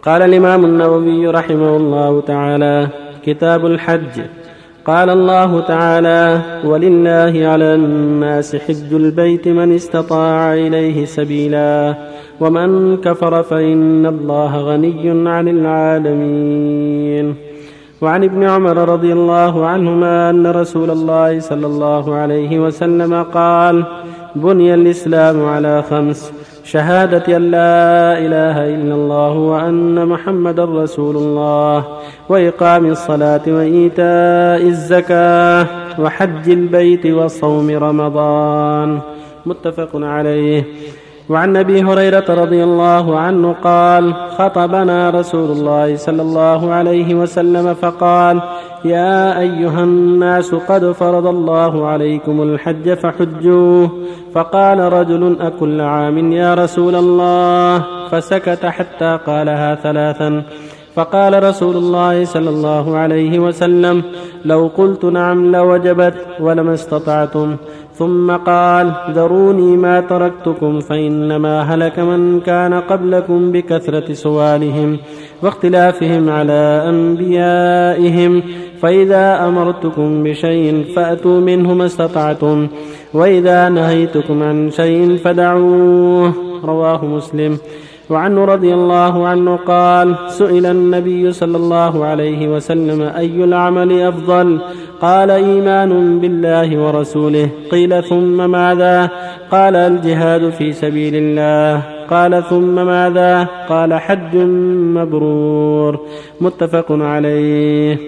قال الإمام النووي رحمه الله تعالى: كتاب الحج. قال الله تعالى: ولله على الناس حج البيت من استطاع إليه سبيلا ومن كفر فإن الله غني عن العالمين. وعن ابن عمر رضي الله عنهما أن رسول الله صلى الله عليه وسلم قال: بني الإسلام على 5: شهادة أن لا إله إلا الله وأن محمد رسول الله، وإقام الصلاة وإيتاء الزكاة، وحج البيت وصوم رمضان. متفق عليه. وعن أبي هريرة رضي الله عنه قال: خطبنا رسول الله صلى الله عليه وسلم فقال: يا أيها الناس قد فرض الله عليكم الحج فحجوه. فقال رجل: أكل عام يا رسول الله؟ فسكت حتى قالها 3. فقال رسول الله صلى الله عليه وسلم: لو قلت نعم لوجبت ولما استطعتم. ثم قال: ذروني ما تركتكم فإنما هلك من كان قبلكم بكثرة سؤالهم واختلافهم على أنبيائهم، فإذا أمرتكم بشيء فأتوا منه ما استطعتم، وإذا نهيتكم عن شيء فدعوه. رواه مسلم. وعنه رضي الله عنه قال: سئل النبي صلى الله عليه وسلم: أي العمل أفضل؟ قال: إيمان بالله ورسوله. قيل: ثم ماذا؟ قال: الجهاد في سبيل الله. قال: ثم ماذا؟ قال: حج مبرور. متفق عليه.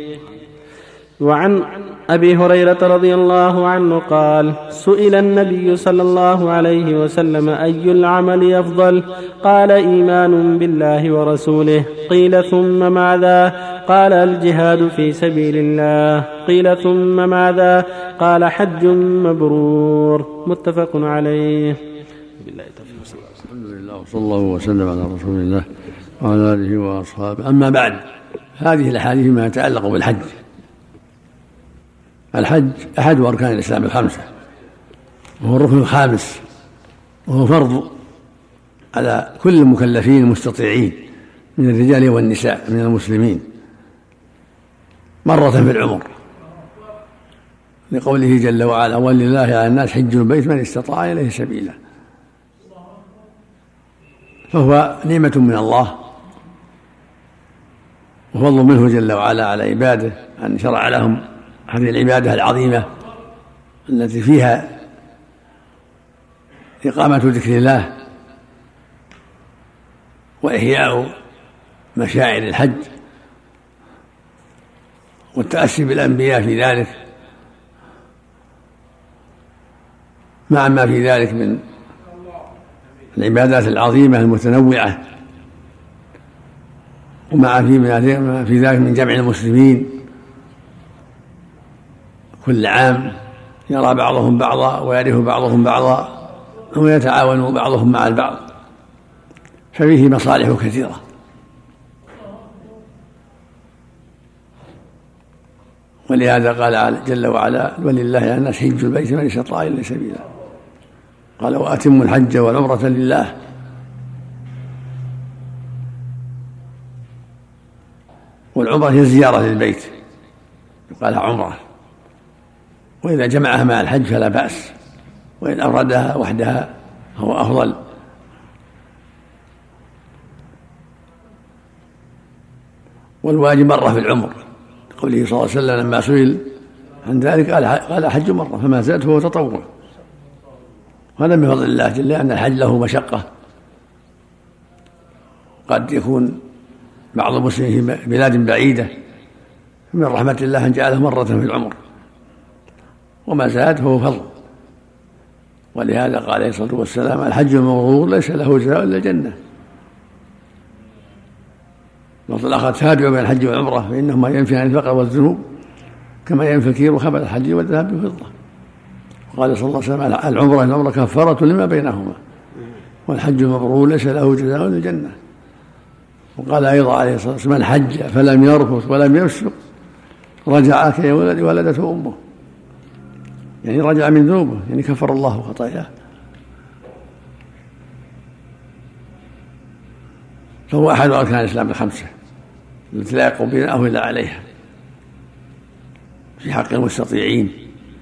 وعن أبي هريرة رضي الله عنه قال: سئل النبي صلى الله عليه وسلم: أي العمل أفضل؟ قال: إيمان بالله ورسوله. قيل: ثم ماذا؟ قال: الجهاد في سبيل الله. قيل: ثم ماذا؟ قال: حج مبرور. متفق عليه. الحمد لله وصلى الله وسلم على رسول الله وعلى آله وأصحابه. أما بعد، هذه الأحاديث ما يتعلق بالحج. الحج أحد أركان الإسلام 5، وهو الركن الخامس، وهو فرض على كل المكلفين المستطيعين من الرجال والنساء من المسلمين مرة في العمر، لقوله جل وعلا: ولله على الناس حج البيت من استطاع إليه سبيلا. فهو نعمة من الله وفضل منه جل وعلا على عباده أن شرع لهم هذه العبادة العظيمة التي فيها إقامة ذكر الله وإحياء مشاعر الحج والتأسي بالأنبياء في ذلك، مع ما في ذلك من العبادات العظيمة المتنوعة، ومع في ذلك من جمع المسلمين كل عام يرى بعضهم بعضا ويعرف بعضهم بعضا ويتعاون بعضهم مع البعض، ففيه مصالح كثيرة. ولهذا قال جل وعلا: ولله على الناس حج البيت من استطاع إليه سبيلا. قال: وأتموا الحج والعمرة لله. والعمرة هي الزيارة للبيت، قال عمرة، وإذا جمعها مع الحج فلا بأس، وإن أفردها وحدها فهو أفضل. والواجب مرة في العمر، قوله صلى الله عليه وسلم لما سئل عن ذلك قال: حج مرة، فما زاد فهو تطوع. وهذا من فضل الله جل وعلا، أن الحج له مشقة، قد يكون بعض المسلمين في بلاد بعيدة، من رحمة الله أن جعله مرة في العمر، وما زاد فهو فضل. ولهذا قال عليه الصلاة والسلام: الحج المبرور ليس له جزاء إلا الجنة. لفظ الآخر: تابعوا بين الحج والعمرة فإنهما ينفيان الفقر والذنوب كما ينفي الكير خبث الحديد والذهب بالفضة. وقال صلى الله عليه وسلم: العمرة كفارة لما بينهما، والحج المبرور ليس له جزاء إلا الجنة. وقال أيضا عليه الصلاة والسلام: من حج فلم يرفث ولم يفسق رجع كولد ولدته أمه، يعني رجع من ذنوبه، يعني كفر الله خطاياه. فهو أحد أركان الإسلام الخمسة التي لا يقوم بنا أو إلا عليها في حق المستطيعين.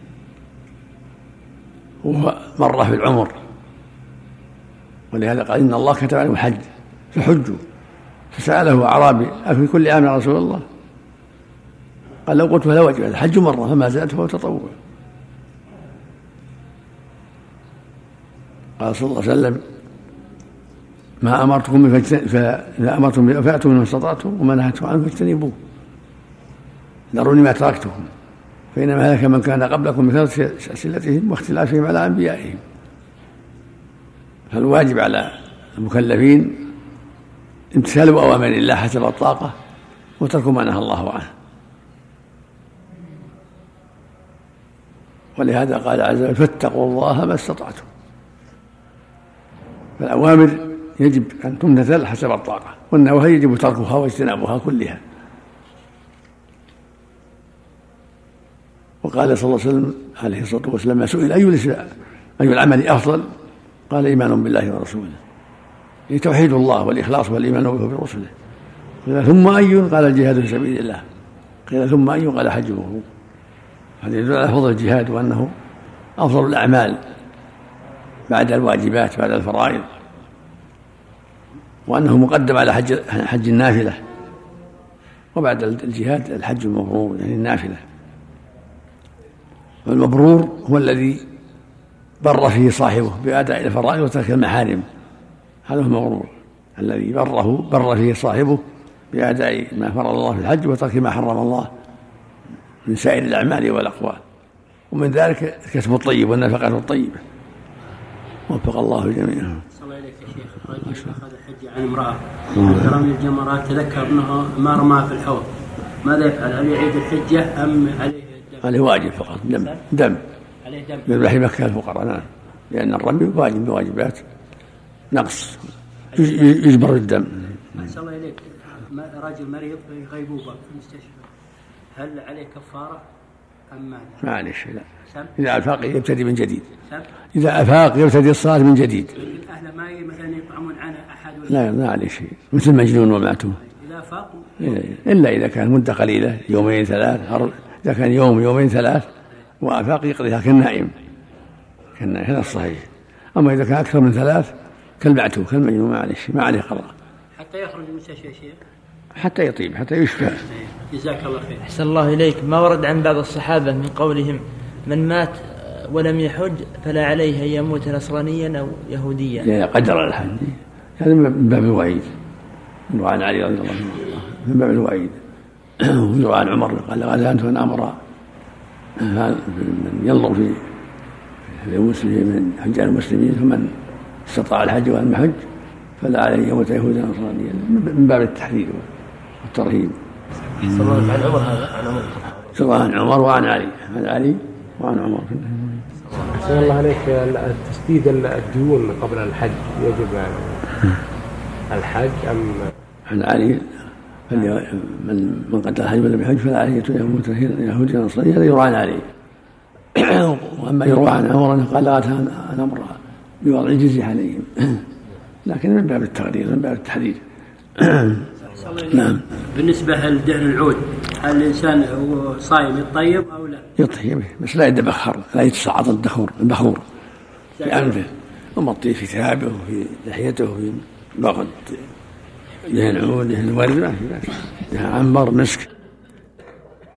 وهو مرة في العمر، ولهذا قال إن الله كتب عليهم الحج فحجوا. فسأله أعرابي أفي كل عام يا رسول الله؟ قال لو قلت فلا وجب، الحج مرة فما زادت فهو تطوع. قال صلى الله عليه وسلم ما أمرتكم به فإذا أمرتم به فأتوا منه ما استطعتم وما نهيتكم عنه فاجتنبوه. ذروني ما تركتكم فإنما هلك من كان قبلكم بكثرة أسئلتهم واختلافهم على أنبيائهم. فالواجب على المكلفين امتثال أوامر الله حسب الطاقة وترك ما نهى الله عنه. ولهذا قال عز وجل فاتقوا الله ما استطعتم. فالأوامر يجب أن تمتثل حسب الطاقة، والنواهي يجب تركها واجتنابها كلها. وقال صلى الله عليه وسلم عليه الصلاة والسلام ما سئل أي العمل أفضل؟ قال إيمان بالله ورسوله، توحيد الله والإخلاص والإيمان به برسله. قيل ثم أي؟ قال الجهاد في سبيل الله. قيل ثم أي؟ قال حج مبرور. هذا يدل على فضل الجهاد وأنه أفضل الأعمال بعد الواجبات بعد الفرائض، وأنه مقدم على حج النافلة، وبعد الجهاد الحج المبرور يعني النافلة. والمبرور هو الذي بر فيه صاحبه بأداء الفرائض وترك المحارم، هذا هو المبرور الذي بر فيه صاحبه بأداء ما فرض الله في الحج وترك ما حرم الله من سائر الأعمال والأقوال. ومن ذلك الكسب الطيب والنفقة الطيبة. وفق الله جميعا. صلى الله عليك يا شيخ. رجل أخذ الحج عن امرأة عند رمي الجمرات تذكر أنه ما رماها في الحوض، ماذا يفعل؟ هل يعيد الحجة أم عليه الدم؟ عليه واجب فقط دم عليه دم يذبح مكة الفقراء. نعم، لأن الرمي واجب بواجبات نقص يجبر الدم. صلى الله عليك. رجل مريض في غيبوبة في المستشفى، هل عليه كفارة أم ماذا؟ ما عليه شيء، لا. إذا أفاق يبتدي من جديد. إذا أفاق يبتدي الصلاة من جديد. أهل ما مثلا يطعمون عنه أحد لا، ما عليه شيء، مثل مجنون ومعتوه. إذا أفاق إلا إذا كان مدة قليلة يومين ثلاث، إذا كان يومين ثلاث وأفاق يقضيها كالنائم هذا الصحيح. أما إذا كان أكثر من ثلاث كالمعتوه كالمجنون ما عليه شيء، ما عليه قضاء حتى يخرج من المستشفى شيء، حتى يطيب، حتى يشفى. جزاك الله خير. أحسن الله إليك. ما ورد عن بعض الصحابة من قولهم من مات ولم يحج فلا عليه أن يموت نصرانيا أو يهوديا. لا قدر على الحج، هذا من باب الوعيد. وعن علي رضي الله عنه من باب الوعيد. وعن عمر قال غزانت أن أمر من ينظر في المسلمين من حجاج المسلمين فمن استطاع الحج ولم يحج فلا عليه يموت يهودا نصرانيا، من باب التحذير والترهيب. صلى الله عليه عمر هذا عن عمر سواء عن عمر وعن علي، عن علي وعن عمر. أحسن الله عليك. تسديد الديون قبل الحج يجب الحج أم؟ عن علي من قتل الحج ولم يحج فلا عليه يموت يهوديا نصرانيا، هذا يروى عن علي. واما يروى عن عمر انه قال لغت ان امر بوضع الجزيه عليهم، لكن من باب التقدير من باب التحديد. نعم. بالنسبه لدهن العود، هل الانسان هو صايم يطيب او لا؟ يطيب بس لا يتبخر، لا يتصعد البخور في انفه ومطيه في ثيابه وفي لحيته وفي بغض دهن عود دهن ورد ما في بأس، دهن عنبر مسك.